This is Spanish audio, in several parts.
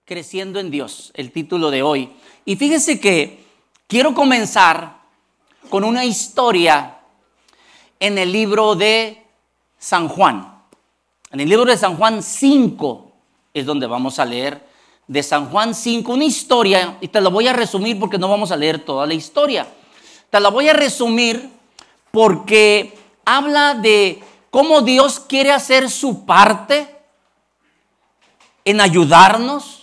Creciendo en Dios, el título de hoy. Y fíjese que quiero comenzar con una historia en el libro de San Juan. En el libro de San Juan 5 es donde vamos a leer de San Juan 5 una historia, y te la voy a resumir porque no vamos a leer toda la historia. Te la voy a resumir porque habla de cómo Dios quiere hacer su parte en ayudarnos.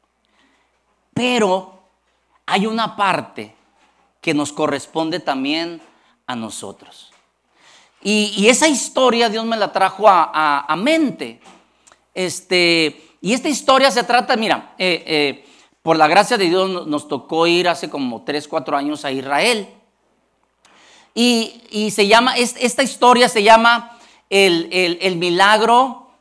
Pero hay una parte que nos corresponde también a nosotros. Y esa historia Dios me la trajo a mente. Y esta historia se trata, mira, por la gracia de Dios nos tocó ir hace como 3, 4 años a Israel. Y se llama, esta historia se llama el milagro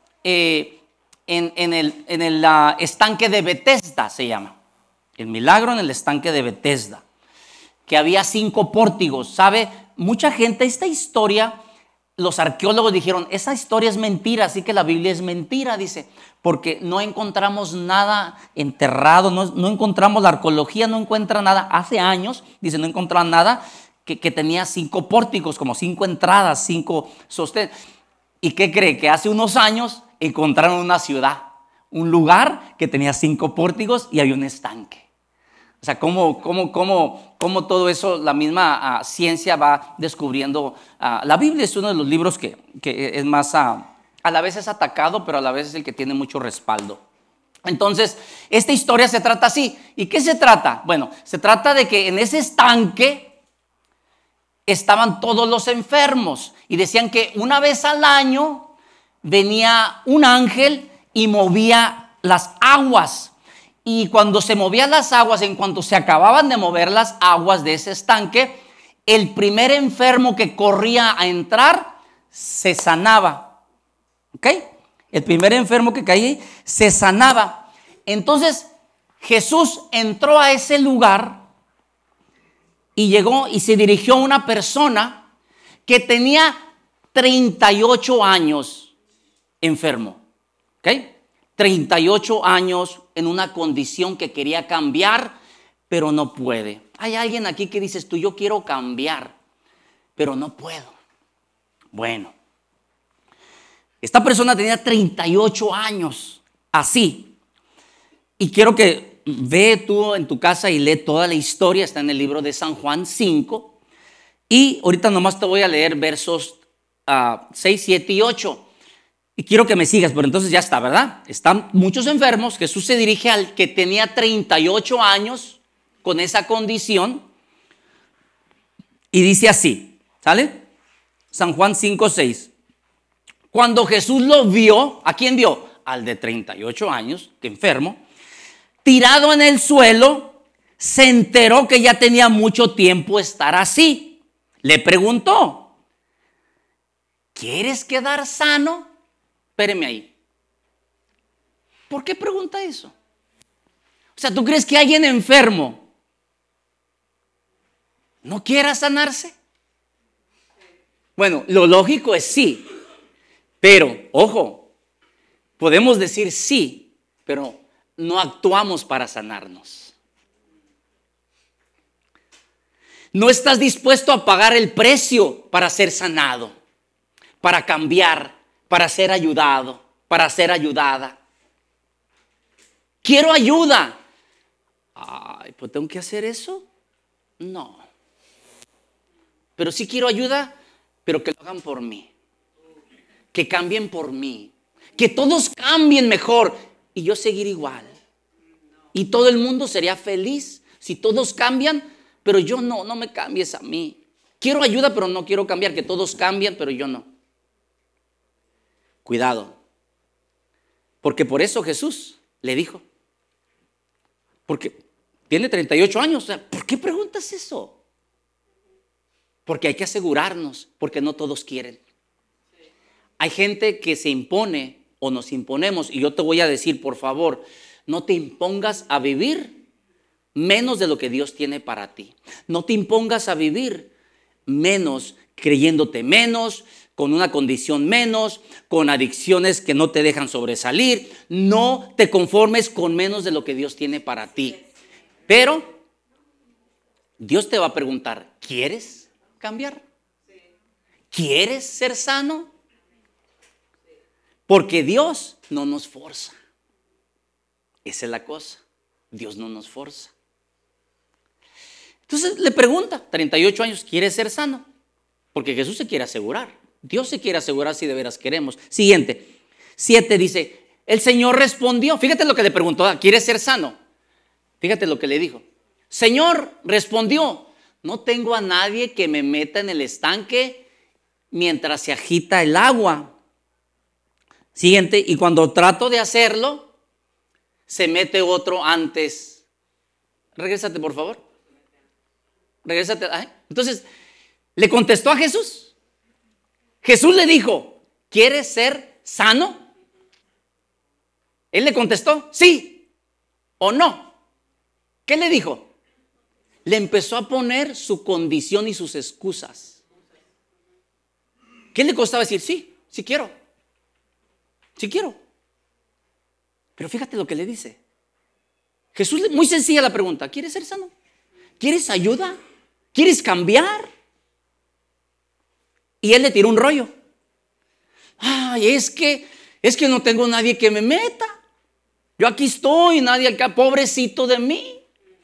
en el estanque de Betesda, se llama. El milagro en el estanque de Betesda, que había 5 pórtigos. ¿Sabe? Mucha gente, esta historia, los arqueólogos dijeron, esa historia es mentira, así que la Biblia es mentira, dice, porque no encontramos nada enterrado, no encontramos la arqueología, no encuentra nada. Hace años, dice, no encontraron nada que tenía 5 pórticos, como 5 entradas, 5 sostenes. ¿Y qué cree? Que hace unos años encontraron una ciudad, un lugar que tenía 5 pórticos y había un estanque. O sea, cómo todo eso, la misma ciencia va descubriendo. La Biblia es uno de los libros que es más, a la vez es atacado, pero a la vez es el que tiene mucho respaldo. Entonces, esta historia se trata así. ¿Y qué se trata? Bueno, se trata de que en ese estanque estaban todos los enfermos. Y decían que una vez al año venía un ángel y movía las aguas. Y cuando se movían las aguas, en cuanto se acababan de mover las aguas de ese estanque, el primer enfermo que corría a entrar se sanaba. ¿Ok? El primer enfermo que caía se sanaba. Entonces Jesús entró a ese lugar y llegó y se dirigió a una persona que tenía 38 años enfermo. ¿Ok? 38 años en una condición que quería cambiar, pero no puede. Hay alguien aquí que dices tú, yo quiero cambiar, pero no puedo. Bueno, esta persona tenía 38 años, así. Y quiero que ve tú en tu casa y lee toda la historia, está en el libro de San Juan 5. Y ahorita nomás te voy a leer versos 6, 7 y 8. Y quiero que me sigas, pero entonces ya está, ¿verdad? Están muchos enfermos. Jesús se dirige al que tenía 38 años con esa condición. Y dice así, ¿sale? San Juan 5, 6. Cuando Jesús lo vio, ¿a quién vio? Al de 38 años, que enfermo, tirado en el suelo, se enteró que ya tenía mucho tiempo estar así. Le preguntó, ¿quieres quedar sano? Espéreme ahí. ¿Por qué pregunta eso? O sea, ¿tú crees que alguien enfermo no quiera sanarse? Bueno, lo lógico es sí. Pero, ojo, podemos decir sí, pero no actuamos para sanarnos. No estás dispuesto a pagar el precio para ser sanado, para cambiar, para ser ayudado, para ser ayudada. Quiero ayuda. Ay, pues tengo que hacer eso. No. Pero sí quiero ayuda, pero que lo hagan por mí. Que cambien por mí. Que todos cambien mejor y yo seguir igual. Y todo el mundo sería feliz si todos cambian, pero yo no me cambies a mí. Quiero ayuda, pero no quiero cambiar. Que todos cambien, pero yo no. Cuidado, porque por eso Jesús le dijo, porque tiene 38 años, o sea, ¿por qué preguntas eso? Porque hay que asegurarnos, porque no todos quieren. Hay gente que se impone o nos imponemos, y yo te voy a decir, por favor, no te impongas a vivir menos de lo que Dios tiene para ti. No te impongas a vivir menos, creyéndote menos, con una condición menos, con adicciones que no te dejan sobresalir. No te conformes con menos de lo que Dios tiene para ti. Pero Dios te va a preguntar, ¿quieres cambiar? ¿Quieres ser sano? Porque Dios no nos forza. Esa es la cosa. Dios no nos forza. Entonces le pregunta, 38 años, ¿quieres ser sano? Porque Jesús se quiere asegurar. Dios se quiere asegurar si de veras queremos. Siguiente, 7 dice, el Señor respondió. Fíjate lo que le preguntó, ¿quieres ser sano? Fíjate lo que le dijo. Señor respondió, no tengo a nadie que me meta en el estanque mientras se agita el agua. Siguiente, y cuando trato de hacerlo, se mete otro antes. Regrésate, por favor. Regrésate. Entonces, le contestó a Jesús. Jesús le dijo, ¿quieres ser sano? Él le contestó, sí o no. ¿Qué le dijo? Le empezó a poner su condición y sus excusas. ¿Qué le costaba decir? Sí, sí quiero. Sí quiero. Pero fíjate lo que le dice. Jesús, muy sencilla la pregunta, ¿quieres ser sano? ¿Quieres ayuda? ¿Quieres cambiar? Y él le tiró un rollo. Ay, es que no tengo nadie que me meta. Yo aquí estoy, nadie acá, pobrecito de mí.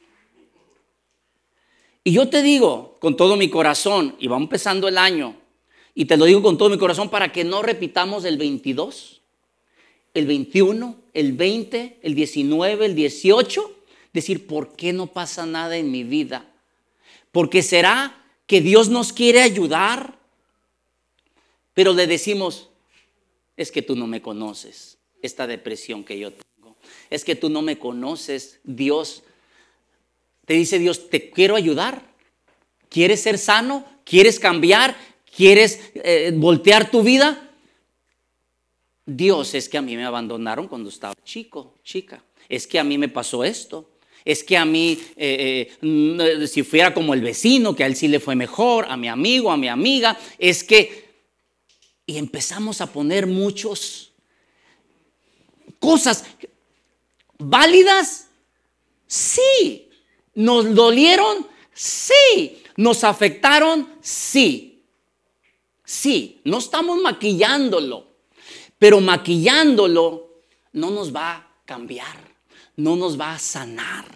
Y yo te digo con todo mi corazón, y va empezando el año, y te lo digo con todo mi corazón para que no repitamos el 22, el 21, el 20, el 19, el 18, decir, ¿por qué no pasa nada en mi vida? Porque será que Dios nos quiere ayudar, pero le decimos, es que tú no me conoces, esta depresión que yo tengo, es que tú no me conoces, Dios. Te dice Dios, te quiero ayudar. ¿Quieres ser sano? ¿Quieres cambiar? ¿Quieres voltear tu vida? Dios, es que a mí me abandonaron cuando estaba chica. Es que a mí me pasó esto. Es que a mí, si fuera como el vecino, que a él sí le fue mejor, a mi amigo, a mi amiga, es que... Y empezamos a poner muchas cosas válidas. Sí. ¿Nos dolieron? Sí. ¿Nos afectaron? Sí. Sí. No estamos maquillándolo. Pero maquillándolo no nos va a cambiar. No nos va a sanar.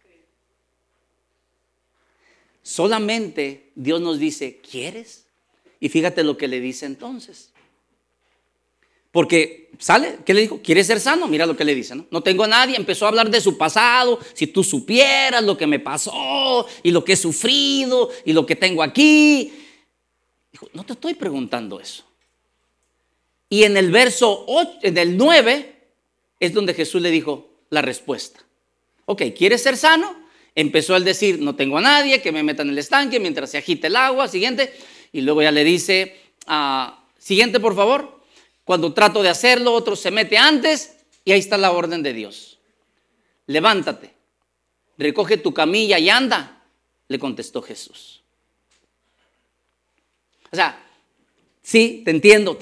Solamente Dios nos dice, ¿quieres? Y fíjate lo que le dice entonces. Porque sale, ¿qué le dijo? ¿Quieres ser sano? Mira lo que le dice, ¿no? No tengo a nadie. Empezó a hablar de su pasado. Si tú supieras lo que me pasó y lo que he sufrido y lo que tengo aquí. Dijo, no te estoy preguntando eso. Y en el verso 8, en el 9 es donde Jesús le dijo la respuesta. Ok, ¿quieres ser sano? Empezó a decir, no tengo a nadie que me meta en el estanque mientras se agite el agua. Siguiente. Y luego ya le dice, siguiente por favor. Cuando trato de hacerlo, otro se mete antes y ahí está la orden de Dios. Levántate, recoge tu camilla y anda, le contestó Jesús. O sea, sí, te entiendo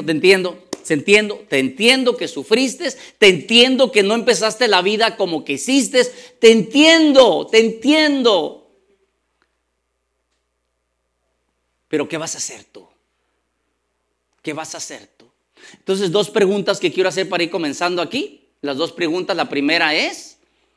que sufriste, te entiendo que no empezaste la vida como quisiste, te entiendo. Pero ¿qué vas a hacer tú? ¿Qué vas a hacer tú? Entonces, dos preguntas que quiero hacer para ir comenzando aquí. Las dos preguntas, la primera es,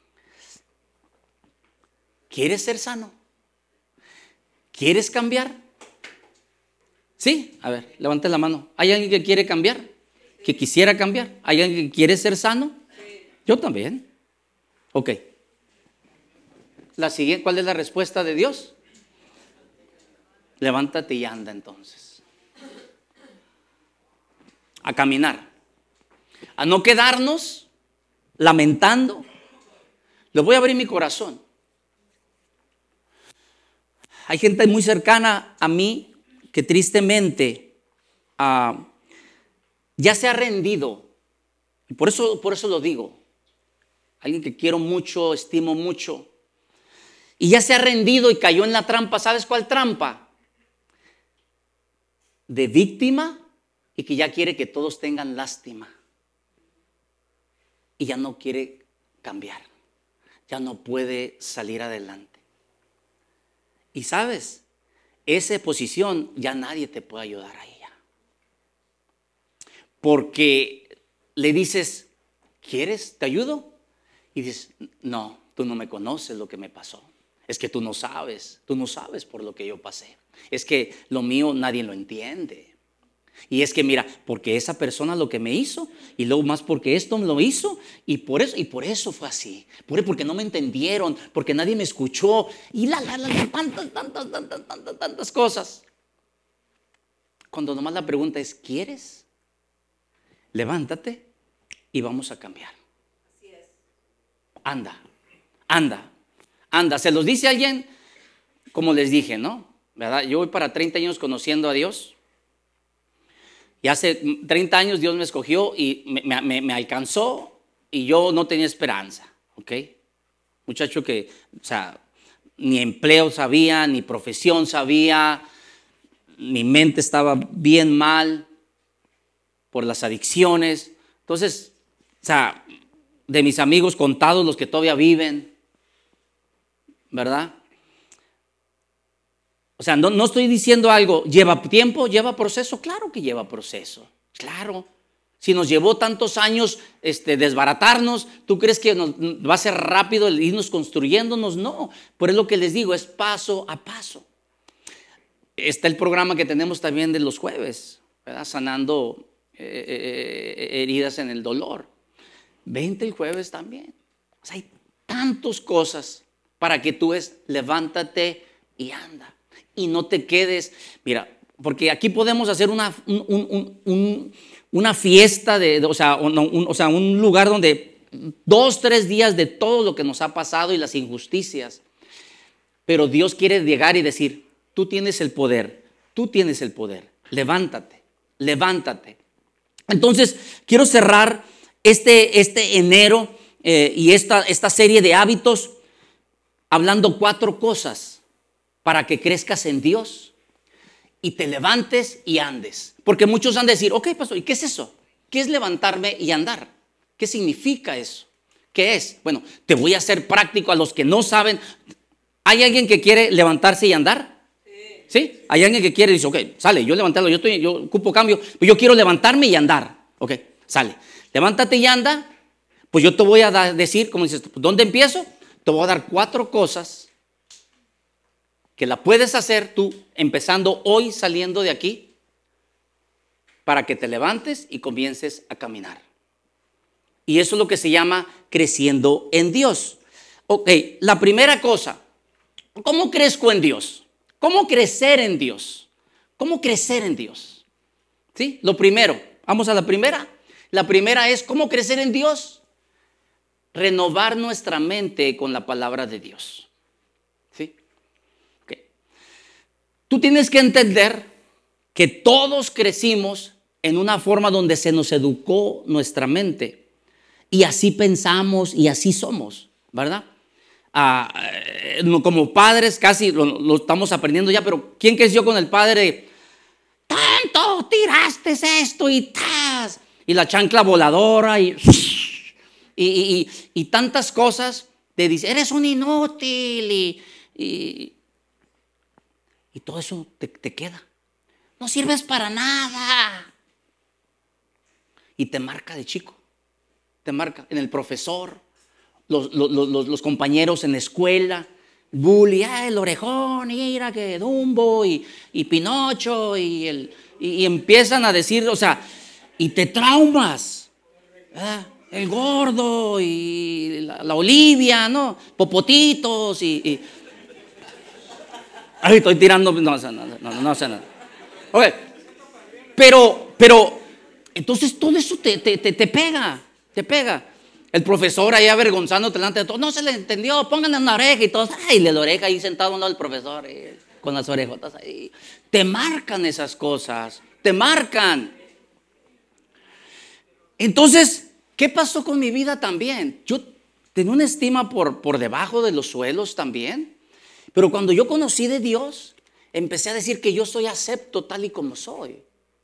¿quieres ser sano? ¿Quieres cambiar? Sí, a ver, levante la mano. ¿Hay alguien que quiere cambiar? ¿Que quisiera cambiar? ¿Hay alguien que quiere ser sano? Yo también. Ok. La siguiente, ¿cuál es la respuesta de Dios? Levántate y anda entonces. A caminar. A no quedarnos lamentando. Les voy a abrir mi corazón. Hay gente muy cercana a mí que tristemente ya se ha rendido. Y por eso lo digo. Alguien que quiero mucho, estimo mucho. Y ya se ha rendido y cayó en la trampa. ¿Sabes cuál trampa? de víctima y que ya quiere que todos tengan lástima. Y ya no quiere cambiar. Ya no puede salir adelante. Y sabes, esa posición ya nadie te puede ayudar a ella. Porque le dices, ¿quieres? ¿Te ayudo? Y dices, no, tú no me conoces lo que me pasó. Es que tú no sabes por lo que yo pasé. Es que lo mío nadie lo entiende. Y es que mira, porque esa persona lo que me hizo, y luego más porque esto me lo hizo, y por eso fue así. Porque no me entendieron, porque nadie me escuchó, y tantas cosas. Cuando nomás la pregunta es, ¿quieres? Levántate y vamos a cambiar. Así es. Anda. Se los dice alguien, como les dije, ¿no? ¿Verdad? Yo voy para 30 años conociendo a Dios. Y hace 30 años Dios me escogió y me alcanzó y yo no tenía esperanza, ¿ok? Muchacho que, o sea, ni empleo sabía, ni profesión sabía, mi mente estaba bien mal por las adicciones. Entonces, o sea, de mis amigos contados los que todavía viven, ¿verdad? O sea, no estoy diciendo algo, ¿lleva tiempo? ¿Lleva proceso? Claro que lleva proceso, claro. Si nos llevó tantos años desbaratarnos, ¿tú crees que va a ser rápido el irnos construyéndonos? No, por eso lo que les digo, es paso a paso. Está el programa que tenemos también de los jueves, ¿verdad? Sanando heridas en el dolor. Vente el jueves también. O sea, hay tantas cosas para que tú levántate y anda. Y no te quedes, mira, porque aquí podemos hacer una fiesta, un lugar donde 2, 3 días de todo lo que nos ha pasado y las injusticias. Pero Dios quiere llegar y decir, tú tienes el poder, levántate. Entonces, quiero cerrar este enero y esta serie de hábitos hablando 4 cosas para que crezcas en Dios y te levantes y andes. Porque muchos han de decir, ok, pastor, ¿y qué es eso? ¿Qué es levantarme y andar? ¿Qué significa eso? ¿Qué es? Bueno, te voy a hacer práctico a los que no saben. ¿Hay alguien que quiere levantarse y andar? ¿Sí? Hay alguien que quiere y dice, ok, sale, yo levantarlo, yo ocupo cambio, pues yo quiero levantarme y andar. Ok, sale. Levántate y anda. Pues yo te voy a decir, como dices, ¿dónde empiezo? Te voy a dar 4 cosas que la puedes hacer tú empezando hoy saliendo de aquí para que te levantes y comiences a caminar. Y eso es lo que se llama creciendo en Dios. Ok, la primera cosa, ¿cómo crezco en Dios? ¿Cómo crecer en Dios? ¿Cómo crecer en Dios? ¿Sí? Lo primero, vamos a la primera. La primera es, ¿cómo crecer en Dios? Renovar nuestra mente con la palabra de Dios. Tú tienes que entender que todos crecimos en una forma donde se nos educó nuestra mente y así pensamos y así somos, ¿verdad? Como padres casi lo estamos aprendiendo ya, pero ¿quién creció con el padre? Tanto tiraste esto y tas, y la chancla voladora y tantas cosas, te dice, eres un inútil y todo eso te queda. No sirves para nada. Y te marca de chico. Te marca en el profesor, los compañeros en la escuela, bully, el orejón, mira que Dumbo y Pinocho y empiezan a decir, o sea, y te traumas. ¿Verdad? El gordo y la Olivia, ¿no? Popotitos y ay, estoy tirando, no sé nada. Ok, pero, entonces todo eso te pega. El profesor ahí avergonzándote delante de todos, no se le entendió, pónganle una oreja y todos, ay, la oreja ahí sentado a un lado del profesor, con las orejotas ahí. Te marcan esas cosas, te marcan. Entonces, ¿qué pasó con mi vida también? Yo tenía una estima por debajo de los suelos también. Pero cuando yo conocí de Dios, empecé a decir que yo soy acepto tal y como soy.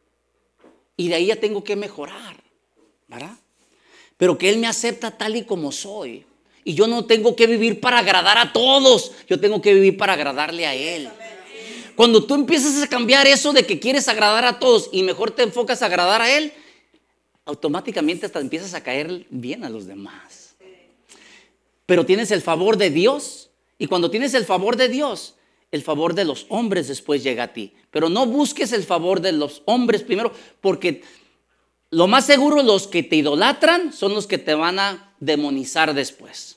Y de ahí ya tengo que mejorar, ¿verdad? Pero que Él me acepta tal y como soy. Y yo no tengo que vivir para agradar a todos. Yo tengo que vivir para agradarle a Él. Cuando tú empiezas a cambiar eso de que quieres agradar a todos y mejor te enfocas a agradar a Él, automáticamente hasta empiezas a caer bien a los demás. Pero tienes el favor de Dios. Y cuando tienes el favor de Dios, el favor de los hombres después llega a ti. Pero no busques el favor de los hombres primero, porque lo más seguro los que te idolatran son los que te van a demonizar después.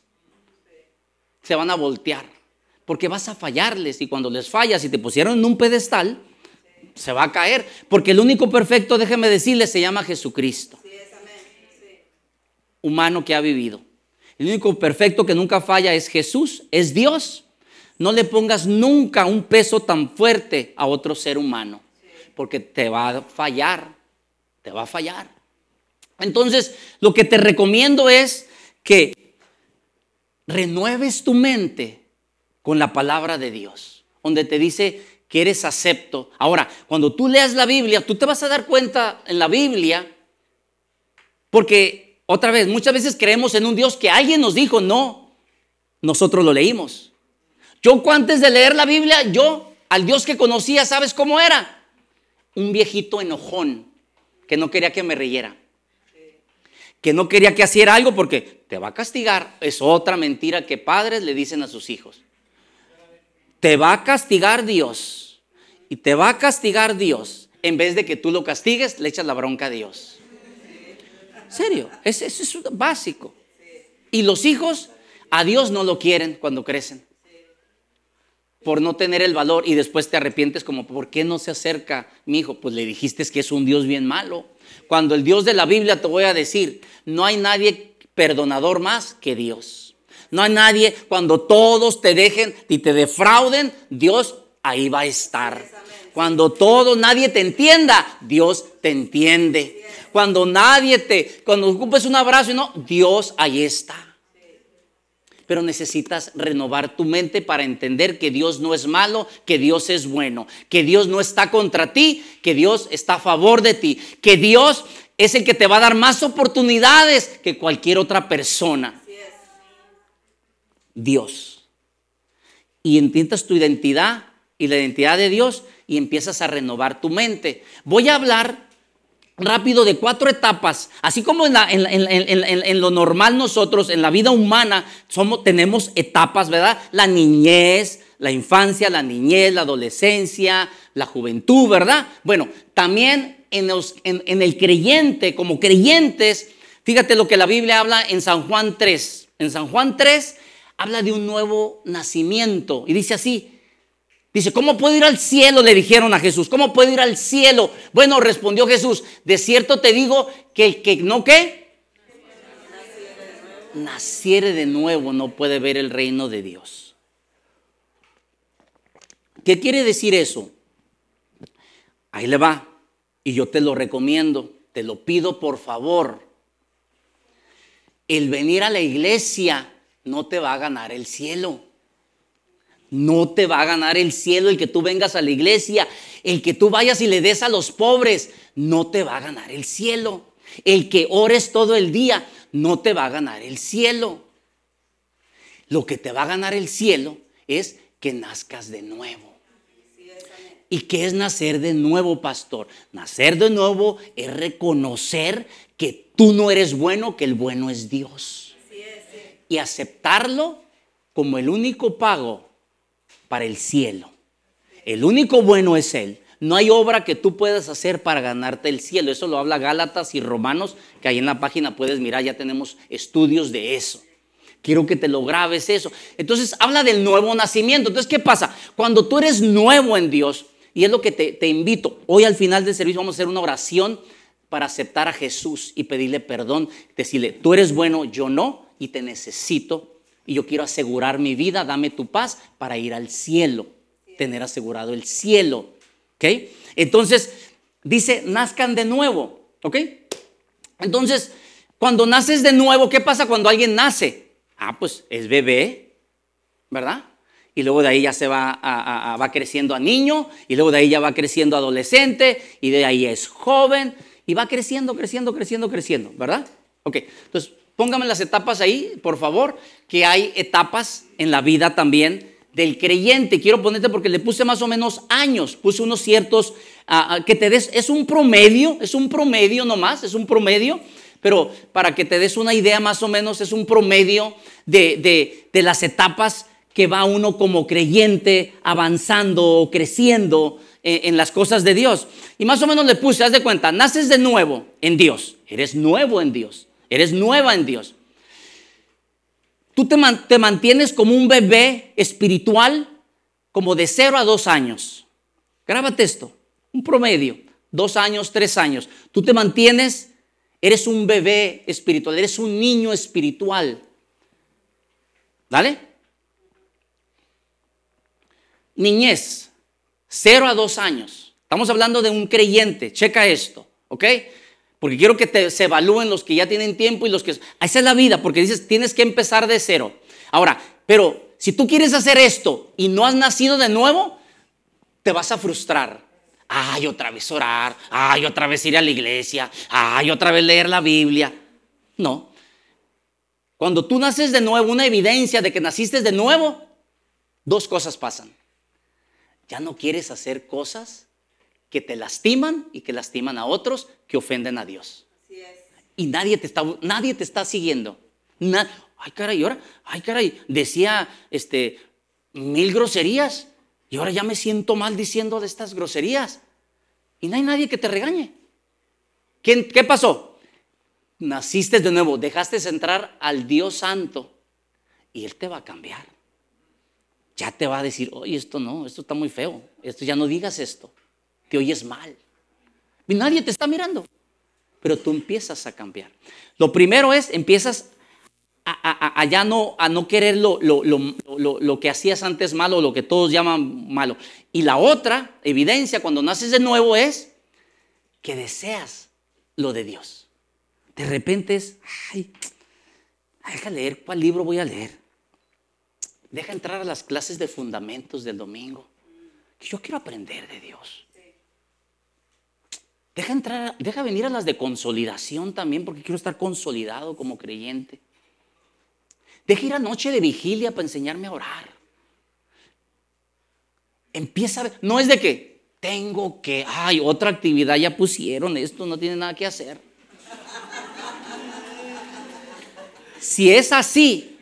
Se van a voltear, porque vas a fallarles. Y cuando les fallas y te pusieron en un pedestal, se va a caer. Porque el único perfecto, déjeme decirles, se llama Jesucristo. Humano que ha vivido. El único perfecto que nunca falla es Jesús, es Dios. No le pongas nunca un peso tan fuerte a otro ser humano, porque te va a fallar, te va a fallar. Entonces, lo que te recomiendo es que renueves tu mente con la palabra de Dios, donde te dice que eres acepto. Ahora, cuando tú leas la Biblia, tú te vas a dar cuenta en la Biblia, porque otra vez, muchas veces creemos en un Dios que alguien nos dijo. No, nosotros lo leímos. Yo antes de leer la Biblia, yo al Dios que conocía, ¿sabes cómo era? Un viejito enojón que no quería que me riera, que no quería que hiciera algo porque te va a castigar. Es otra mentira que padres le dicen a sus hijos. Te va a castigar Dios, y te va a castigar Dios. En vez de que tú lo castigues, le echas la bronca a Dios. Serio, eso es básico. Y los hijos a Dios no lo quieren cuando crecen, por no tener el valor, y después te arrepientes como, ¿por qué no se acerca mi hijo? Pues le dijiste que es un Dios bien malo. Cuando el Dios de la Biblia, te voy a decir, no hay nadie perdonador más que Dios. No hay nadie, cuando todos te dejen y te defrauden, Dios ahí va a estar. Cuando nadie te entienda, Dios te entiende. Cuando cuando ocupes un abrazo y no, Dios ahí está. Pero necesitas renovar tu mente para entender que Dios no es malo, que Dios es bueno, que Dios no está contra ti, que Dios está a favor de ti, que Dios es el que te va a dar más oportunidades que cualquier otra persona. Dios. Y entiendas tu identidad y la identidad de Dios y empiezas a renovar tu mente. Voy a hablar rápido de 4 etapas. Así como en lo normal nosotros, en la vida humana, tenemos etapas, ¿verdad? La niñez, la infancia, la niñez, la adolescencia, la juventud, ¿verdad? Bueno, también en el creyente, como creyentes, fíjate lo que la Biblia habla en San Juan 3. En San Juan 3 habla de un nuevo nacimiento y dice así. Dice, ¿cómo puedo ir al cielo? Le dijeron a Jesús, ¿cómo puedo ir al cielo? Bueno, respondió Jesús, de cierto te digo que el que no, ¿qué? Naciere de nuevo no puede ver el reino de Dios. ¿Qué quiere decir eso? Ahí le va. Y yo te lo recomiendo, te lo pido por favor. El venir a la iglesia no te va a ganar el cielo. No te va a ganar el cielo el que tú vengas a la iglesia, el que tú vayas y le des a los pobres, no te va a ganar el cielo. El que ores todo el día, no te va a ganar el cielo. Lo que te va a ganar el cielo es que nazcas de nuevo. ¿Y qué es nacer de nuevo, pastor? Nacer de nuevo es reconocer que tú no eres bueno, que el bueno es Dios. Y aceptarlo como el único pago para el cielo. El único bueno es Él. No hay obra que tú puedas hacer para ganarte el cielo. Eso lo habla Gálatas y Romanos, que ahí en la página puedes mirar, ya tenemos estudios de eso. Quiero que te lo grabes eso. Entonces habla del nuevo nacimiento. Entonces, ¿qué pasa? Cuando tú eres nuevo en Dios, y es lo que te invito, hoy al final del servicio vamos a hacer una oración para aceptar a Jesús y pedirle perdón, decirle, tú eres bueno, yo no, y te necesito. Y yo quiero asegurar mi vida, dame tu paz para ir al cielo, tener asegurado el cielo. ¿Ok? Entonces, dice, nazcan de nuevo. ¿Ok? Entonces, cuando naces de nuevo, ¿qué pasa cuando alguien nace? Pues es bebé, ¿verdad? y luego de ahí ya se va, va creciendo a niño, y luego de ahí ya va creciendo a adolescente, y de ahí es joven, y va creciendo, ¿verdad? Ok, entonces póngame las etapas ahí, por favor, que hay etapas en la vida también del creyente. Quiero ponerte porque le puse más o menos años, puse unos ciertos, que te des, es un promedio nomás, es un promedio, pero para que te des una idea más o menos, es un promedio de las etapas que va uno como creyente avanzando, creciendo en las cosas de Dios. Y más o menos le puse, haz de cuenta, naces de nuevo en Dios, eres nuevo en Dios, eres nueva en Dios. Tú te mantienes como un bebé espiritual como de 0 a 2 años. Grábate esto, un promedio, 2 años, 3 años. Tú te mantienes, eres un bebé espiritual, eres un niño espiritual. ¿Dale? Niñez, 0 a 2 años. Estamos hablando de un creyente, checa esto, ¿ok? Porque quiero que se evalúen los que ya tienen tiempo y los que... Esa es la vida, porque dices, tienes que empezar de 0. Ahora, pero si tú quieres hacer esto y no has nacido de nuevo, te vas a frustrar. Ay, otra vez orar. Ay, otra vez ir a la iglesia. Ay, otra vez leer la Biblia. No. Cuando tú naces de nuevo, una evidencia de que naciste de nuevo, 2 cosas pasan. Ya no quieres hacer cosas que te lastiman y que lastiman a otros, que ofenden a Dios. Así es. Y nadie te está siguiendo. Ay, caray, ahora, ay, caray, decía 1000 groserías y ahora ya me siento mal diciendo de estas groserías. Y no hay nadie que te regañe. ¿Qué pasó? Naciste de nuevo, dejaste entrar al Dios Santo y Él te va a cambiar. Ya te va a decir, oye, esto no, esto está muy feo, esto ya no digas esto. Te oyes mal. Y nadie te está mirando. Pero tú empiezas a cambiar. Lo primero es, empiezas a no querer lo que hacías antes malo, lo que todos llaman malo. Y la otra evidencia cuando naces de nuevo es que deseas lo de Dios. De repente es, deja leer, ¿cuál libro voy a leer? Deja entrar a las clases de fundamentos del domingo. Que yo quiero aprender de Dios. Deja venir a las de consolidación también, porque quiero estar consolidado como creyente. Deja ir a noche de vigilia para enseñarme a orar. Empieza a ver, no es de que tengo que, otra actividad ya pusieron, esto no tiene nada que hacer. Si es así,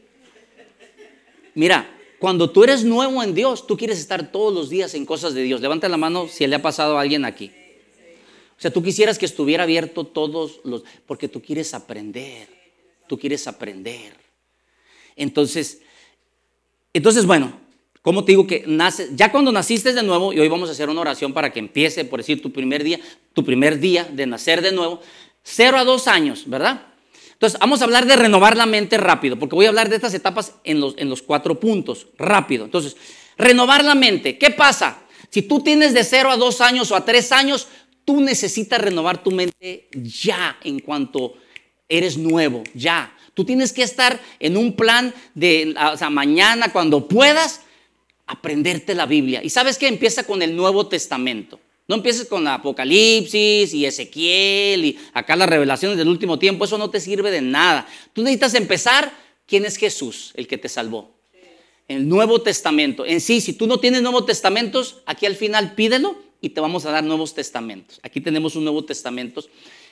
mira, cuando tú eres nuevo en Dios, tú quieres estar todos los días en cosas de Dios. Levanta la mano si le ha pasado a alguien aquí. O sea, tú quisieras que estuviera abierto porque tú quieres aprender. Tú quieres aprender. Entonces, bueno, ¿cómo te digo que naces? Ya cuando naciste de nuevo, y hoy vamos a hacer una oración para que empiece, por decir, tu primer día de nacer de nuevo, 0 a 2 años, ¿verdad? Entonces, vamos a hablar de renovar la mente rápido, porque voy a hablar de estas etapas en los 4 puntos, rápido. Entonces, renovar la mente. ¿Qué pasa? Si tú tienes de 0 a 2 años o a 3 años, tú necesitas renovar tu mente ya en cuanto eres nuevo, ya. Tú tienes que estar en un plan mañana cuando puedas aprenderte la Biblia. ¿Y sabes qué? Empieza con el Nuevo Testamento. No empieces con Apocalipsis y Ezequiel y acá las revelaciones del último tiempo. Eso no te sirve de nada. Tú necesitas empezar. ¿Quién es Jesús, el que te salvó? El Nuevo Testamento. En sí, si tú no tienes Nuevos Testamentos, aquí al final pídelo y te vamos a dar Nuevos Testamentos. Aquí tenemos un Nuevo Testamento.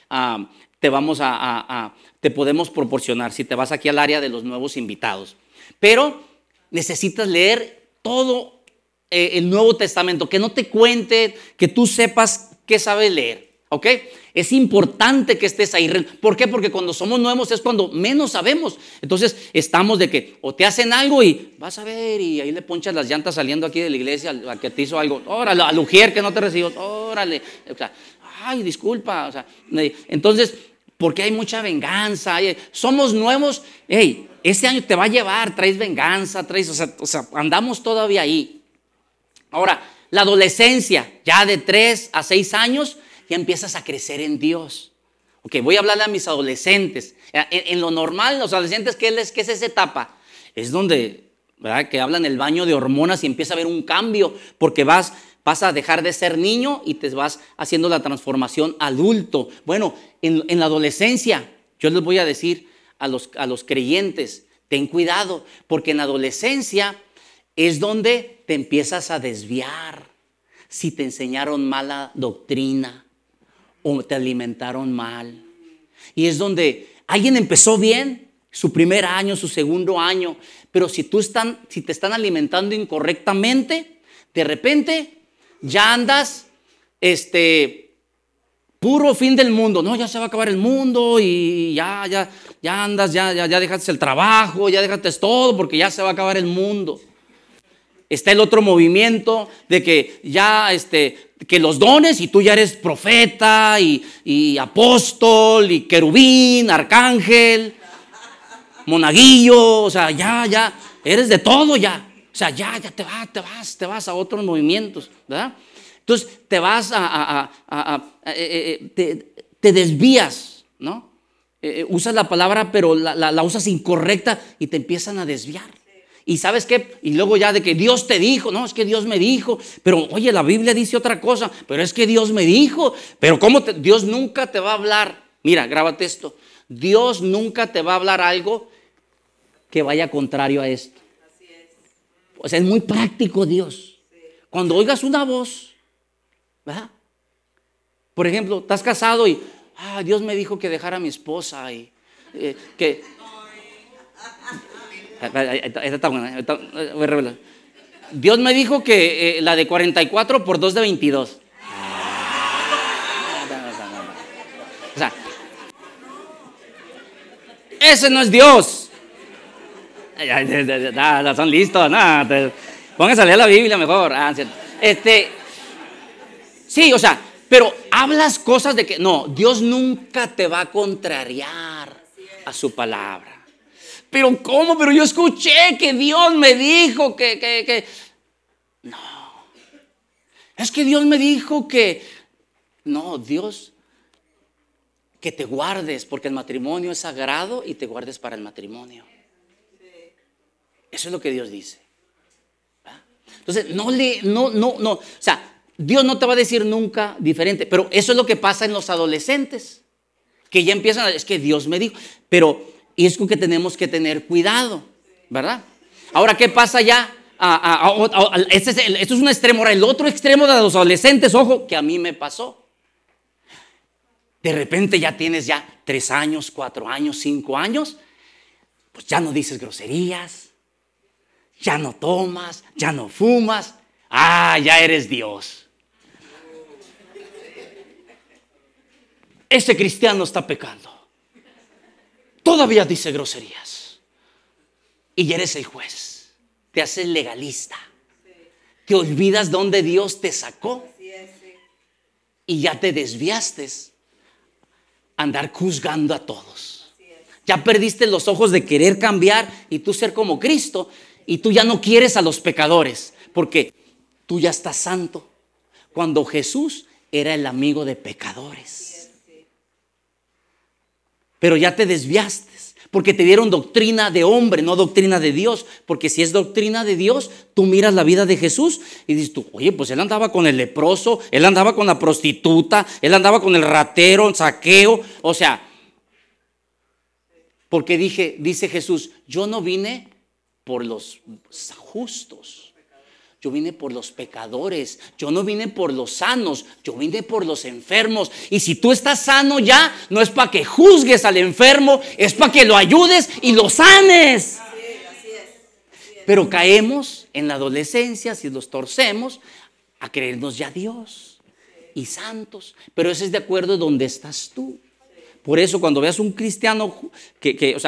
Te podemos proporcionar si te vas aquí al área de los nuevos invitados. Pero necesitas leer todo el Nuevo Testamento, que no te cuente, que tú sepas qué sabes leer, ¿ok? Es importante que estés ahí. ¿Por qué? Porque cuando somos nuevos es cuando menos sabemos. Entonces estamos de que o te hacen algo y vas a ver y ahí le ponchas las llantas saliendo aquí de la iglesia al que te hizo algo. Órale, al ujier que no te recibió, órale. O sea, disculpa. O sea, entonces, porque hay mucha venganza. Somos nuevos. Este año te va a llevar, traes venganza, o sea, andamos todavía ahí. Ahora, la adolescencia, ya de 3 a 6 años, ya empiezas a crecer en Dios. Ok, voy a hablarle a mis adolescentes. En lo normal, los adolescentes, ¿qué es esa etapa? Es donde ¿verdad? Que hablan el baño de hormonas y empieza a haber un cambio porque vas a dejar de ser niño y te vas haciendo la transformación adulto. Bueno, en la adolescencia, yo les voy a decir a los creyentes, ten cuidado, porque en la adolescencia es donde te empiezas a desviar. Si te enseñaron mala doctrina o te alimentaron mal. Y es donde alguien empezó bien, su primer año, su segundo año, pero si te están alimentando incorrectamente, de repente ya andas, puro fin del mundo. No, ya se va a acabar el mundo y ya andas, ya dejaste el trabajo, ya dejaste todo porque ya se va a acabar el mundo. Está el otro movimiento de que ya, que los dones y tú ya eres profeta y apóstol y querubín, arcángel, monaguillo, o sea, ya eres de todo ya. O sea, ya te vas a otros movimientos, ¿verdad? Entonces te vas te desvías, ¿no? Usas la palabra, pero la usas incorrecta y te empiezan a desviar. Y ¿sabes qué? Y luego ya de que Dios te dijo, no, es que Dios me dijo, pero oye, la Biblia dice otra cosa, pero es que Dios me dijo, pero Dios nunca te va a hablar. Mira, grábate esto. Dios nunca te va a hablar algo que vaya contrario a esto. O sea, es muy práctico Dios. Cuando oigas una voz, ¿verdad? Por ejemplo, estás casado y Dios me dijo que dejara a mi esposa y que... Está buena, voy a revelar. Dios me dijo que la de 44 por 2 de 22. O sea, ese no es Dios. Son listos, pónganse a leer la Biblia mejor. Sí, o sea, pero hablas cosas de que no, Dios nunca te va a contrariar a su palabra. Pero ¿cómo? Pero yo escuché que Dios me dijo que no, es que Dios me dijo que no, Dios, que te guardes porque el matrimonio es sagrado y te guardes para el matrimonio. Eso es lo que Dios dice. ¿verdad? Entonces, no. O sea, Dios no te va a decir nunca diferente. Pero eso es lo que pasa en los adolescentes. Que ya empiezan es que Dios me dijo. Pero es que tenemos que tener cuidado. ¿Verdad? Ahora, ¿qué pasa ya? Esto es un extremo. Ahora, el otro extremo de los adolescentes, ojo, que a mí me pasó. De repente ya tienes 3 años, 4 años, 5 años. Pues ya no dices groserías. Ya no tomas, ya no fumas. Ya eres Dios. Ese cristiano está pecando. Todavía dice groserías. Y ya eres el juez. Te haces legalista. Te olvidas dónde Dios te sacó. Y ya te desviaste a andar juzgando a todos. Ya perdiste los ojos de querer cambiar y tú ser como Cristo. Y tú ya no quieres a los pecadores, porque tú ya estás santo. Cuando Jesús era el amigo de pecadores. Pero ya te desviaste, porque te dieron doctrina de hombre, no doctrina de Dios. Porque si es doctrina de Dios, tú miras la vida de Jesús y dices tú, oye, pues él andaba con el leproso, él andaba con la prostituta, él andaba con el ratero, el saqueo. O sea, porque dice Jesús, yo no vine por los justos, yo vine por los pecadores. Yo no vine por los sanos, yo vine por los enfermos. Y si tú estás sano ya, no es para que juzgues al enfermo, es para que lo ayudes y lo sanes. Así es. Pero caemos en la adolescencia, si los torcemos, a creernos ya Dios y santos. Pero eso es de acuerdo a donde estás tú. Por eso cuando veas un cristiano que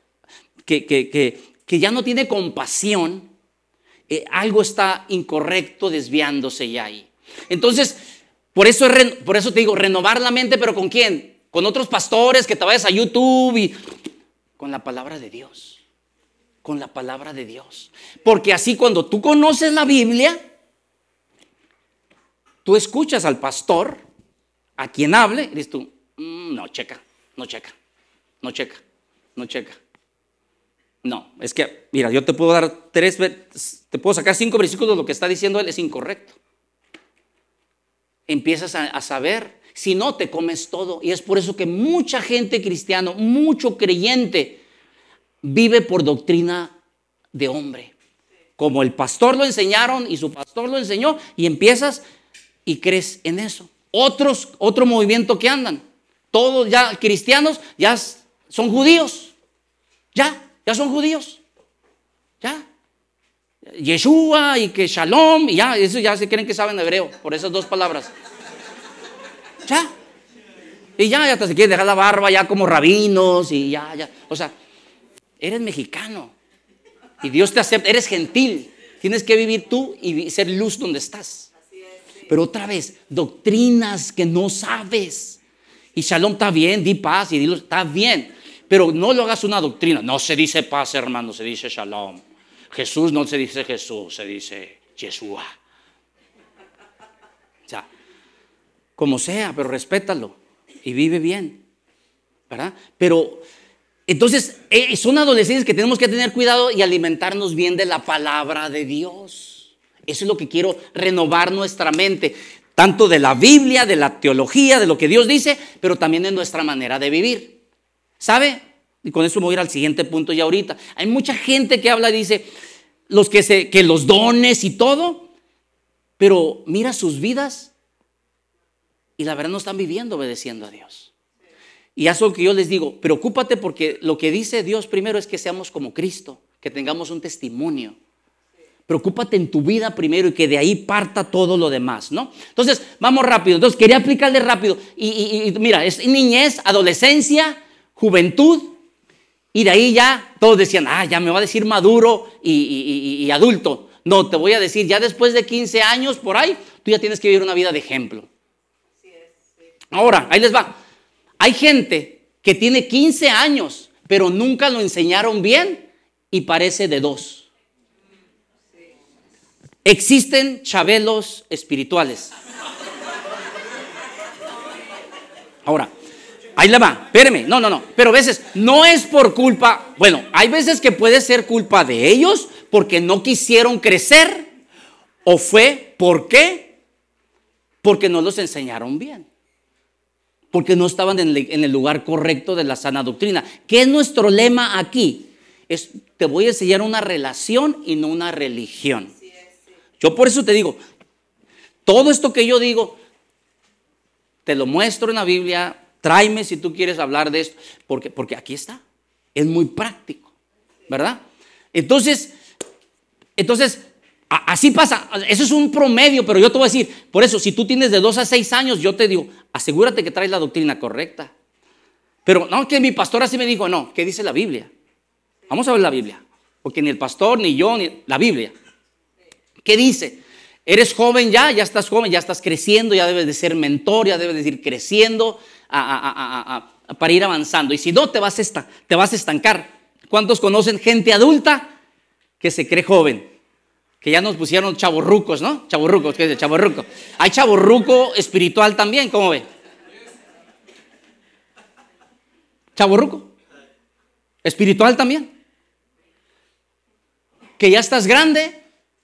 ya no tiene compasión, algo está incorrecto, desviándose ya ahí. Entonces, por eso te digo, renovar la mente, pero ¿con quién? Con otros pastores, que te vayas a YouTube y con la palabra de Dios. Con la palabra de Dios. Porque así cuando tú conoces la Biblia, tú escuchas al pastor, a quien hable, y dices tú, no checa. No, es que, mira, yo te puedo dar te puedo sacar 5 versículos de lo que está diciendo él, es incorrecto. Empiezas a saber, si no te comes todo. Y es por eso que mucha gente cristiana, mucho creyente, vive por doctrina de hombre. Como el pastor lo enseñaron y su pastor lo enseñó, y empiezas y crees en eso. Otro movimiento que andan, todos ya cristianos, ya son judíos. Ya son judíos. Ya. Yeshua y que Shalom, y ya, eso ya se creen que saben hebreo por esas 2 palabras. Ya. Y ya hasta se quieren dejar la barba ya como rabinos y ya. O sea, eres mexicano y Dios te acepta, eres gentil. Tienes que vivir tú y ser luz donde estás. Pero otra vez, doctrinas que no sabes. Y Shalom está bien, di paz y dilo, está bien. Pero no lo hagas una doctrina. No se dice paz, hermano, se dice Shalom. Jesús no se dice Jesús, se dice Yeshua. O sea, como sea, pero respétalo y vive bien, ¿verdad? Pero entonces son adolescentes que tenemos que tener cuidado y alimentarnos bien de la palabra de Dios. Eso es lo que quiero, renovar nuestra mente, tanto de la Biblia, de la teología, de lo que Dios dice, pero también de nuestra manera de vivir. ¿Sabe? Y con eso me voy a ir al siguiente punto ya ahorita. Hay mucha gente que habla y dice que los dones y todo, pero mira sus vidas y la verdad no están viviendo obedeciendo a Dios. Y eso que yo les digo, preocúpate porque lo que dice Dios primero es que seamos como Cristo, que tengamos un testimonio. Preocúpate en tu vida primero y que de ahí parta todo lo demás, ¿no? Entonces, vamos rápido. Entonces, quería aplicarle rápido. Y mira, es niñez, adolescencia, juventud. Y de ahí ya todos decían, ya me va a decir maduro y adulto. No, te voy a decir, ya después de 15 años por ahí, tú ya tienes que vivir una vida de ejemplo. Ahora, ahí les va. Hay gente que tiene 15 años, pero nunca lo enseñaron bien y parece de 2. Existen chabelos espirituales. Ahora, ahí le va, espéreme, no, pero a veces no es por culpa, bueno, hay veces que puede ser culpa de ellos porque no quisieron crecer o fue, ¿por qué? Porque no los enseñaron bien, porque no estaban en el lugar correcto de la sana doctrina. ¿Qué es nuestro lema aquí? Te voy a enseñar una relación y no una religión. Yo por eso te digo, todo esto que yo digo, te lo muestro en la Biblia. Tráeme si tú quieres hablar de esto, porque aquí está, es muy práctico, ¿verdad? Entonces, así pasa, eso es un promedio, pero yo te voy a decir, por eso, si tú tienes de 2 a 6 años, yo te digo, asegúrate que traes la doctrina correcta. Pero no, que mi pastor así me dijo, no, ¿qué dice la Biblia? Vamos a ver la Biblia, porque ni el pastor, ni yo, ni la Biblia. ¿Qué dice? Eres joven ya estás joven, ya estás creciendo, ya debes de ser mentor, ya debes de ir creciendo para ir avanzando. Y si no, te vas a estancar. ¿Cuántos conocen gente adulta que se cree joven? Que ya nos pusieron chavorrucos, ¿no? Chavorrucos, ¿qué es el chavorruco? Hay chavorruco espiritual también, ¿cómo ve? Chavorruco espiritual también. Que ya estás grande,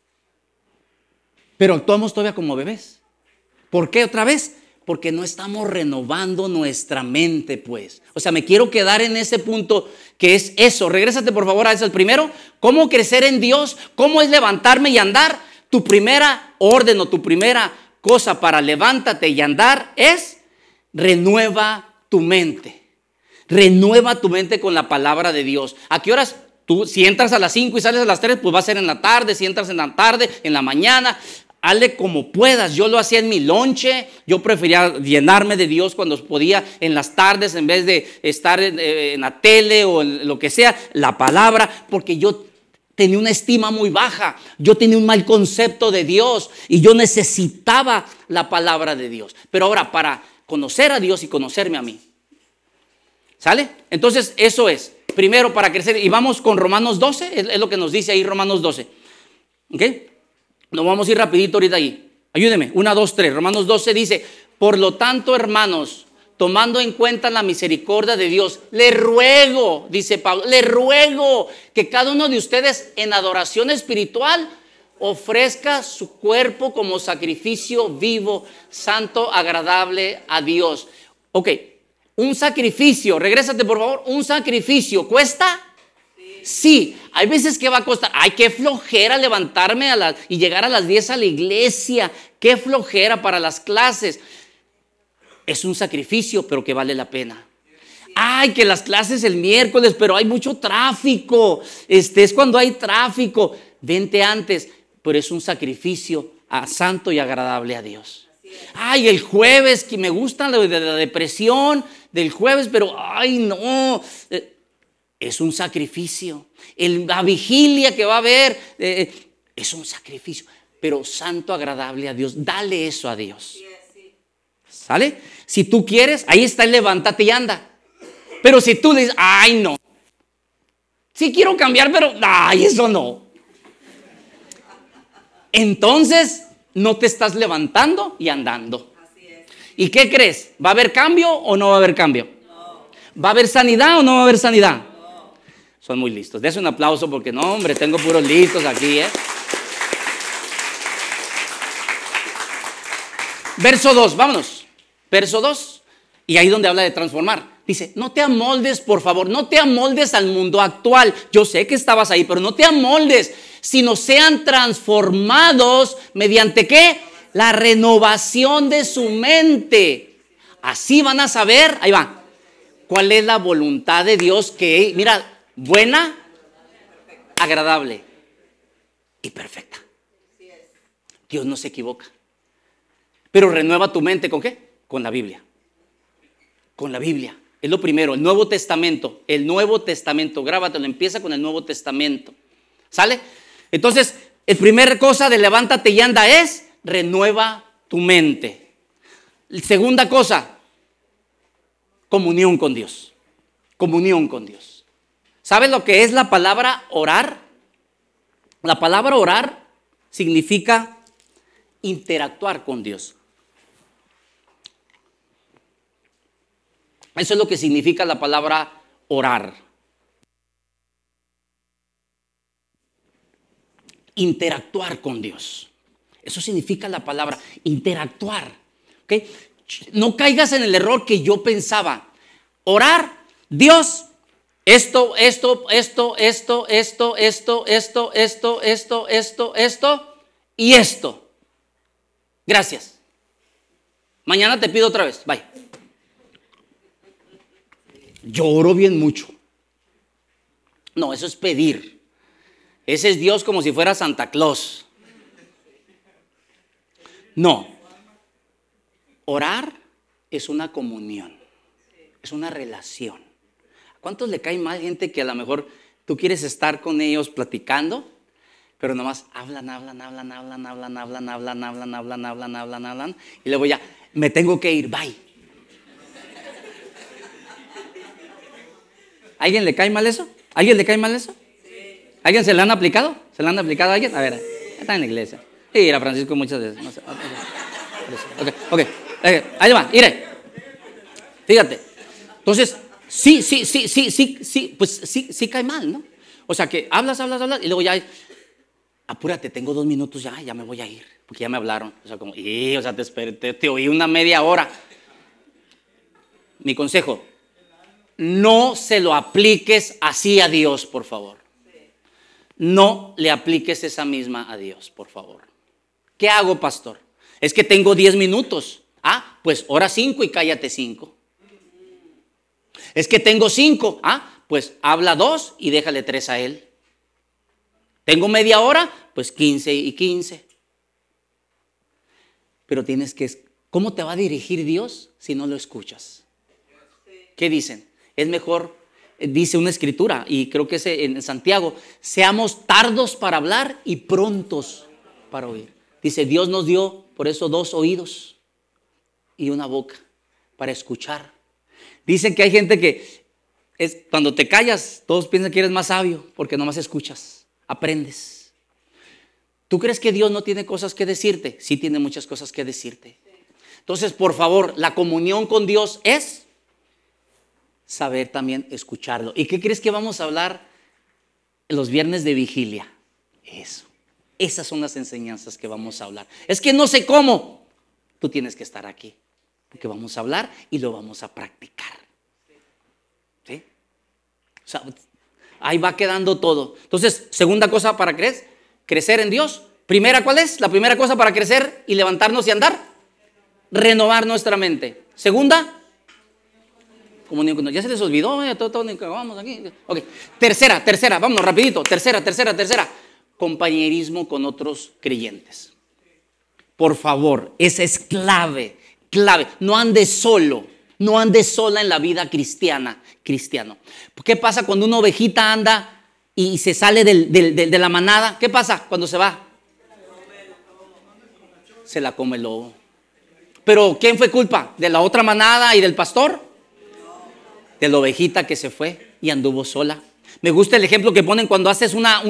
pero actuamos todavía como bebés. ¿Por qué otra vez? Porque no estamos renovando nuestra mente, pues. O sea, me quiero quedar en ese punto que es eso. Regrésate por favor a eso. El primero, ¿cómo crecer en Dios? ¿Cómo es levantarme y andar? Tu primera orden o tu primera cosa para levántate y andar es renueva tu mente. Renueva tu mente con la palabra de Dios. ¿A qué horas? Tú, si entras a las 5 y sales a las 3, pues va a ser en la tarde. Si entras en la tarde, en la mañana. Hazle como puedas. Yo lo hacía en mi lonche. Yo prefería llenarme de Dios cuando podía en las tardes en vez de estar en la tele o en lo que sea, la palabra, porque yo tenía una estima muy baja. Yo tenía un mal concepto de Dios y yo necesitaba la palabra de Dios. Pero ahora para conocer a Dios y conocerme a mí, ¿sale? Entonces eso es, primero para crecer. Y vamos con Romanos 12, es lo que nos dice ahí Romanos 12. ¿Ok? Nos vamos a ir rapidito ahorita ahí. Ayúdeme, 1, 2, 3. Romanos 12 dice, por lo tanto, hermanos, tomando en cuenta la misericordia de Dios, le ruego, dice Pablo, le ruego que cada uno de ustedes en adoración espiritual ofrezca su cuerpo como sacrificio vivo, santo, agradable a Dios. Ok, un sacrificio, regrésate por favor, un sacrificio, ¿cuesta? Sí, hay veces que va a costar. Ay, qué flojera levantarme y llegar a las 10 a la iglesia. Qué flojera para las clases. Es un sacrificio, pero que vale la pena. Ay, que las clases el miércoles, pero hay mucho tráfico. Es cuando hay tráfico. Vente antes, pero es un sacrificio santo y agradable a Dios. Ay, el jueves, que me gusta lo de la depresión del jueves, pero ay, no. Es un sacrificio. La vigilia que va a haber es un sacrificio, pero santo, agradable a Dios. Dale eso a Dios. ¿Sale? Si tú quieres, ahí está el levántate y anda. Pero si tú dices, ay, no. Sí quiero cambiar, pero ay, eso no. Entonces, no te estás levantando y andando. ¿Y qué crees? ¿Va a haber cambio o no va a haber cambio? ¿Va a haber sanidad o no va a haber sanidad? Son muy listos. Des un aplauso porque no, hombre, tengo puros listos aquí, Verso 2, vámonos. Verso 2. Y ahí donde habla de transformar. Dice, no te amoldes, por favor, no te amoldes al mundo actual. Yo sé que estabas ahí, pero no te amoldes, sino sean transformados mediante ¿qué? La renovación de su mente. Así van a saber, ahí va, cuál es la voluntad de Dios que, mira, buena, agradable y perfecta. Dios no se equivoca. Pero renueva tu mente ¿con qué? Con la Biblia. Con la Biblia. Es lo primero, el Nuevo Testamento. El Nuevo Testamento, grábatelo, empieza con el Nuevo Testamento. ¿Sale? Entonces, la primera cosa de levántate y anda es renueva tu mente. Segunda cosa, comunión con Dios. Comunión con Dios. ¿Sabes lo que es la palabra orar? La palabra orar significa interactuar con Dios. Eso es lo que significa la palabra orar. Interactuar con Dios. Eso significa la palabra interactuar. ¿Okay? No caigas en el error que yo pensaba. Orar, Dios, esto y esto. Gracias. Mañana te pido otra vez. Bye. Yo oro bien mucho. No, eso es pedir. Ese es Dios como si fuera Santa Claus. No. Orar es una comunión. Es una relación. ¿A cuántos le cae mal gente que a lo mejor tú quieres estar con ellos platicando, pero nomás hablan, y luego ya, me tengo que ir, bye? ¿Alguien le cae mal eso? ¿Alguien le cae mal eso? ¿Alguien se le han aplicado? ¿Se le han aplicado a alguien? A ver, está en la iglesia. Sí, a Francisco muchas veces. No sé. Ok. Ahí va, mire. Fíjate. Entonces, sí, pues sí cae mal, ¿no? O sea que hablas, y luego ya, apúrate, tengo 2 minutos ya me voy a ir, porque ya me hablaron. O sea, como, te oí una media hora. Mi consejo, no se lo apliques así a Dios, por favor. No le apliques esa misma a Dios, por favor. ¿Qué hago, pastor? Es que tengo 10 minutos. Pues ora 5 y cállate 5. Es que tengo 5. Pues habla 2 y déjale 3 a él. Tengo media hora, pues 15 y 15. Pero tienes que, ¿cómo te va a dirigir Dios si no lo escuchas? ¿Qué dicen? Es mejor, dice una escritura, y creo que es en Santiago, seamos tardos para hablar y prontos para oír. Dice, Dios nos dio por eso 2 oídos y una boca para escuchar. Dicen que hay gente que cuando te callas, todos piensan que eres más sabio porque nomás escuchas, aprendes. ¿Tú crees que Dios no tiene cosas que decirte? Sí tiene muchas cosas que decirte. Entonces, por favor, la comunión con Dios es saber también escucharlo. ¿Y qué crees que vamos a hablar los viernes de vigilia? Eso. Esas son las enseñanzas que vamos a hablar. Es que no sé cómo. Tú tienes que estar aquí, porque vamos a hablar y lo vamos a practicar. ¿Sí? O sea, ahí va quedando todo. Entonces, segunda cosa para crecer en Dios. Primera, ¿cuál es? La primera cosa para crecer y levantarnos y andar. Renovar nuestra mente. Segunda, comunión con Dios. Ya se les olvidó, vamos aquí. Okay. Tercera, vámonos rapidito. Tercera. Compañerismo con otros creyentes. Por favor, esa es clave. No andes solo. No andes sola en la vida cristiano. ¿Qué pasa cuando una ovejita anda y se sale de la manada? ¿Qué pasa cuando se va? Se la come el lobo. ¿Pero quién fue culpa? ¿De la otra manada y del pastor? De la ovejita que se fue y anduvo sola. Me gusta el ejemplo que ponen cuando haces una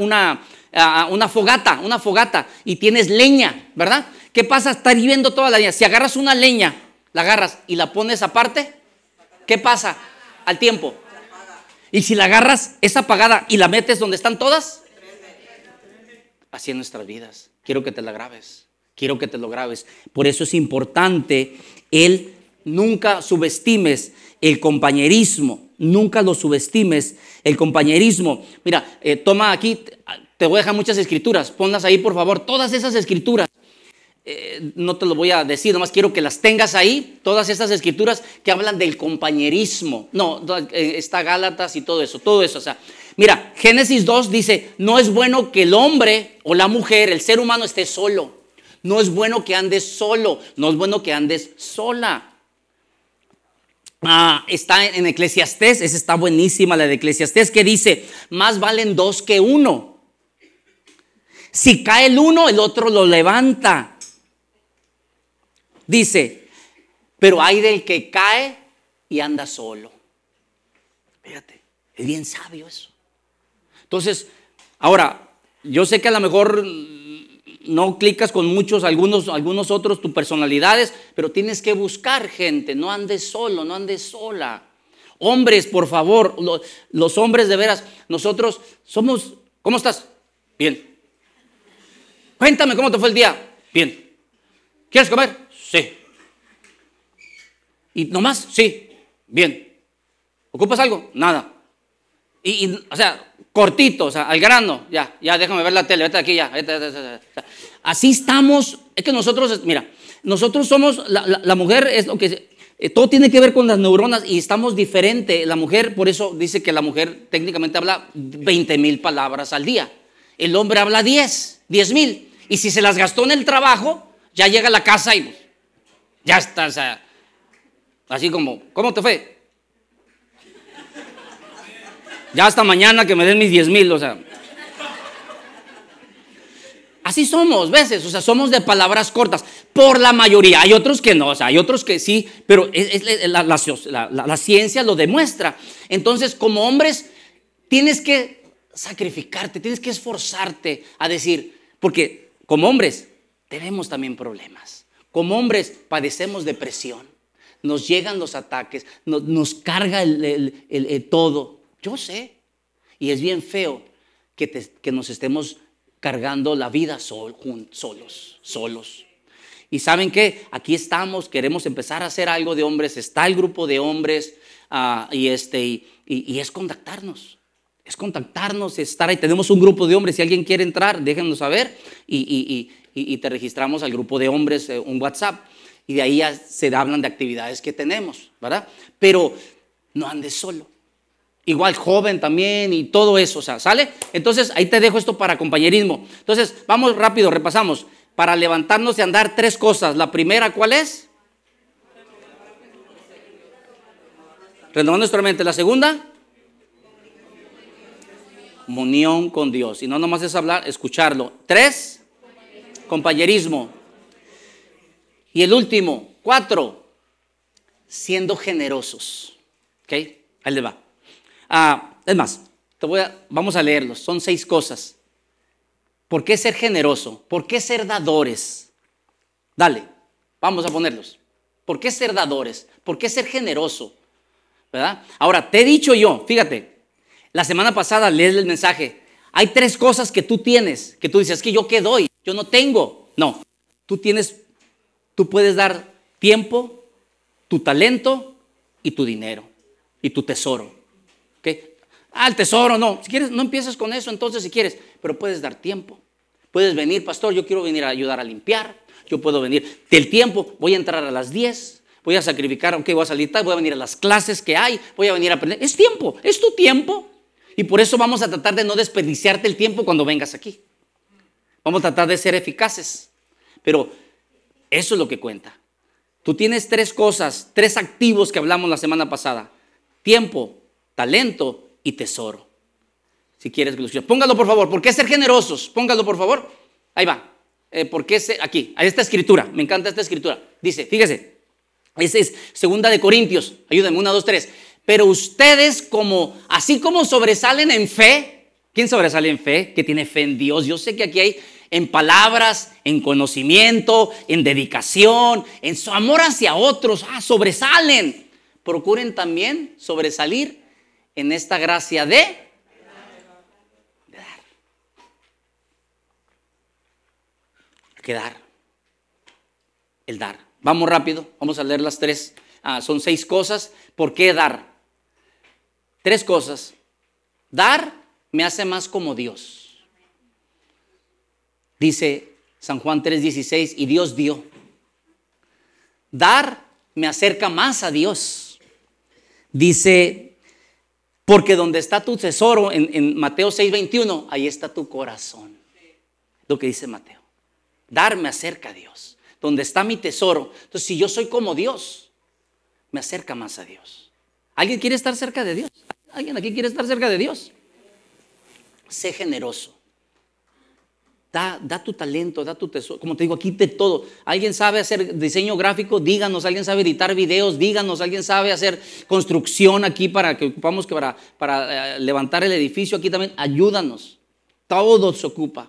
fogata y tienes leña, ¿verdad? ¿Qué pasa? Está hirviendo toda la leña. Si agarras una leña, la agarras y la pones aparte, ¿qué pasa al tiempo? Y si la agarras, es apagada y la metes donde están todas, así en nuestras vidas. Quiero que te la grabes. Quiero que te lo grabes. Por eso es importante nunca subestimes el compañerismo. Nunca lo subestimes el compañerismo. Mira, toma aquí, te voy a dejar muchas escrituras. Ponlas ahí, por favor. Todas esas escrituras. No te lo voy a decir, nomás quiero que las tengas ahí. Todas estas escrituras que hablan del compañerismo. No, está Gálatas y todo eso. O sea, mira, Génesis 2 dice, no es bueno que el hombre o la mujer, el ser humano esté solo. No es bueno que andes solo, no es bueno que andes sola. Está en Eclesiastés, esa está buenísima, la de Eclesiastés, que dice, más valen dos que uno. Si cae el uno, el otro lo levanta. Dice, pero hay del que cae y anda solo. Fíjate, es bien sabio eso. Entonces, ahora, yo sé que a lo mejor no clicas con algunos otros tus personalidades, pero tienes que buscar gente. No andes solo, no andes sola. Hombres, por favor, los hombres de veras, nosotros somos, ¿cómo estás? Bien. Cuéntame cómo te fue el día. Bien. ¿Quieres comer? Sí. ¿Y nomás? Sí. Bien. ¿Ocupas algo? Nada. O sea, cortito, o sea, al grano, ya, déjame ver la tele, vete aquí ya. Así estamos, es que nosotros, mira, nosotros somos, la mujer es lo que, todo tiene que ver con las neuronas y estamos diferente. La mujer, por eso dice que la mujer técnicamente habla 20,000 palabras al día. El hombre habla 10,000. Y si se las gastó en el trabajo, ya llega a la casa y ya está, o sea, así como, ¿cómo te fue? Ya hasta mañana que me den mis 10,000, o sea. Así somos, veces, o sea, somos de palabras cortas, por la mayoría. Hay otros que no, o sea, hay otros que sí, pero la ciencia lo demuestra. Entonces, como hombres, tienes que sacrificarte, tienes que esforzarte a decir, porque como hombres tenemos también problemas. Como hombres padecemos depresión, nos llegan los ataques, nos carga el todo. Yo sé, y es bien feo que nos estemos cargando la vida solos. Y ¿saben qué? Aquí estamos, queremos empezar a hacer algo de hombres, está el grupo de hombres y es contactarnos. Es contactarnos, estar ahí. Tenemos un grupo de hombres, si alguien quiere entrar, déjenos saber y te registramos al grupo de hombres, un WhatsApp, y de ahí ya se hablan de actividades que tenemos, ¿verdad? Pero no andes solo. Igual joven también y todo eso, o sea, ¿sale? Entonces ahí te dejo esto para compañerismo. Entonces vamos rápido, repasamos. Para levantarnos y andar 3 cosas. La primera, ¿cuál es? Renovar nuestra mente. La segunda, comunión con Dios. Y no nomás es hablar, escucharlo. 3, compañerismo. Y el último, 4, siendo generosos. ¿Ok? Ahí les va. Es más, vamos a leerlos. Son 6 cosas. ¿Por qué ser generoso? ¿Por qué ser dadores? Dale. Vamos a ponerlos. ¿Por qué ser dadores? ¿Por qué ser generoso? ¿Verdad? Ahora, te he dicho yo, fíjate, la semana pasada lees el mensaje. Hay 3 cosas que tú tienes, que tú dices, es que yo qué doy, yo no tengo. No, tú puedes dar tiempo, tu talento y tu dinero y tu tesoro. ¿Okay? El tesoro no, si quieres no empieces con eso entonces si quieres, pero puedes dar tiempo. Puedes venir, pastor, yo quiero venir a ayudar a limpiar, yo puedo venir del tiempo, voy a entrar a las 10, voy a sacrificar, aunque voy a salir tarde, voy a venir a las clases que hay, voy a venir a aprender. Es tiempo, es tu tiempo. Y por eso vamos a tratar de no desperdiciarte el tiempo cuando vengas aquí. Vamos a tratar de ser eficaces. Pero eso es lo que cuenta. Tú tienes 3 cosas, 3 activos que hablamos la semana pasada. Tiempo, talento y tesoro. Si quieres que lo escuches. Póngalo por favor. ¿Por qué ser generosos? Póngalo por favor. Ahí va. ¿Por qué aquí? Hay esta escritura. Me encanta esta escritura. Dice, fíjese. Esa es 2 de Corintios. Ayúdenme, 1, 2, 3. Pero ustedes así como sobresalen en fe. ¿Quién sobresale en fe? Que tiene fe en Dios. Yo sé que aquí hay en palabras, en conocimiento, en dedicación, en su amor hacia otros. Sobresalen. Procuren también sobresalir en esta gracia de dar. Hay que dar. El dar. Vamos rápido. Vamos a leer las 3. Son 6 cosas. ¿Por qué dar? 3 cosas. Dar me hace más como Dios. Dice San Juan 3:16, y Dios dio. Dar me acerca más a Dios. Dice, porque donde está tu tesoro, en Mateo 6:21, ahí está tu corazón. Lo que dice Mateo. Dar me acerca a Dios. Donde está mi tesoro. Entonces, si yo soy como Dios, me acerca más a Dios. ¿Alguien quiere estar cerca de Dios? ¿Alguien aquí quiere estar cerca de Dios? Sé generoso. Da tu talento, da tu tesoro. Como te digo, aquí de todo. ¿Alguien sabe hacer diseño gráfico? Díganos. ¿Alguien sabe editar videos? Díganos. ¿Alguien sabe hacer construcción aquí para que ocupamos para levantar el edificio aquí también? Ayúdanos. Todo se ocupa.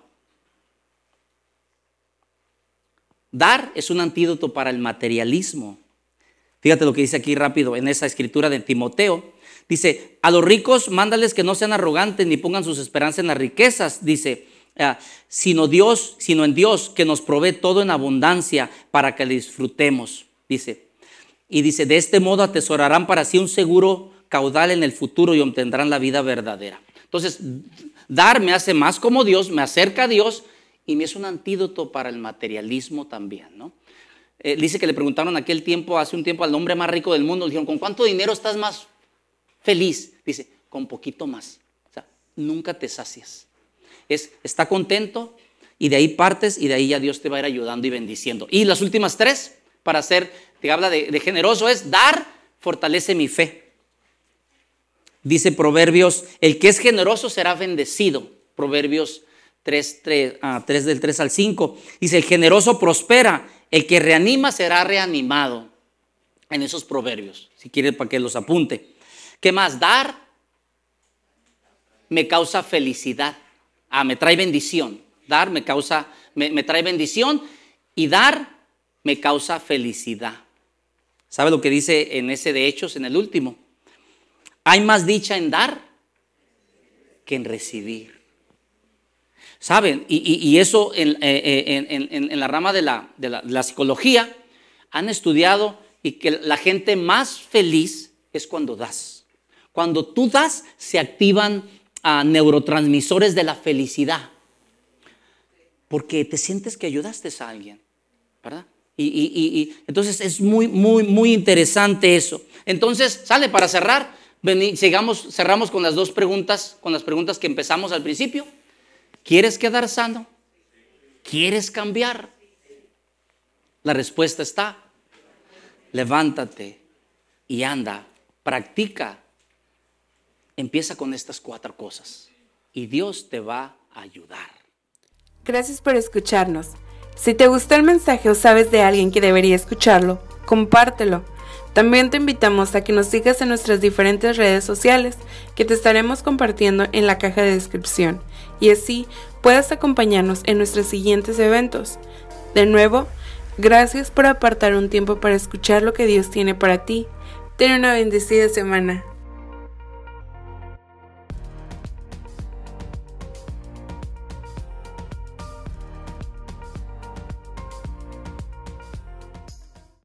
Dar es un antídoto para el materialismo. Fíjate lo que dice aquí rápido en esa escritura de Timoteo. Dice, a los ricos mándales que no sean arrogantes ni pongan sus esperanzas en las riquezas. Dice, sino en Dios que nos provee todo en abundancia para que le disfrutemos. Dice, de este modo atesorarán para sí un seguro caudal en el futuro y obtendrán la vida verdadera. Entonces, dar me hace más como Dios, me acerca a Dios y me es un antídoto para el materialismo también, ¿no? Dice que le preguntaron hace un tiempo al hombre más rico del mundo, le dijeron, ¿con cuánto dinero estás más feliz? Dice, con poquito más. O sea, nunca te sacias. Está contento y de ahí partes y de ahí ya Dios te va a ir ayudando y bendiciendo. Y las últimas 3, te habla de generoso, es dar, fortalece mi fe. Dice Proverbios, el que es generoso será bendecido. Proverbios 3 del 3 al 5. Dice, el generoso prospera, el que reanima será reanimado. En esos proverbios, si quieren para que los apunte. ¿Qué más? Dar me causa felicidad. Me trae bendición. Dar me trae bendición y dar me causa felicidad. ¿Sabe lo que dice en ese de Hechos, en el último? Hay más dicha en dar que en recibir. ¿Saben? Y eso en la rama de la psicología han estudiado y que la gente más feliz es cuando das. Cuando tú das se activan neurotransmisores de la felicidad. Porque te sientes que ayudaste a alguien, ¿verdad? Y entonces es muy, muy, muy interesante eso. Entonces, sale para cerrar. Cerramos con las 2 preguntas, con las preguntas que empezamos al principio. ¿Quieres quedar sano? ¿Quieres cambiar? La respuesta está, levántate y anda, practica. Empieza con estas 4 cosas y Dios te va a ayudar. Gracias por escucharnos. Si te gustó el mensaje o sabes de alguien que debería escucharlo, compártelo. También te invitamos a que nos sigas en nuestras diferentes redes sociales que te estaremos compartiendo en la caja de descripción y así puedas acompañarnos en nuestros siguientes eventos. De nuevo, Gracias por apartar un tiempo para escuchar lo que Dios tiene para ti. Ten una bendecida semana.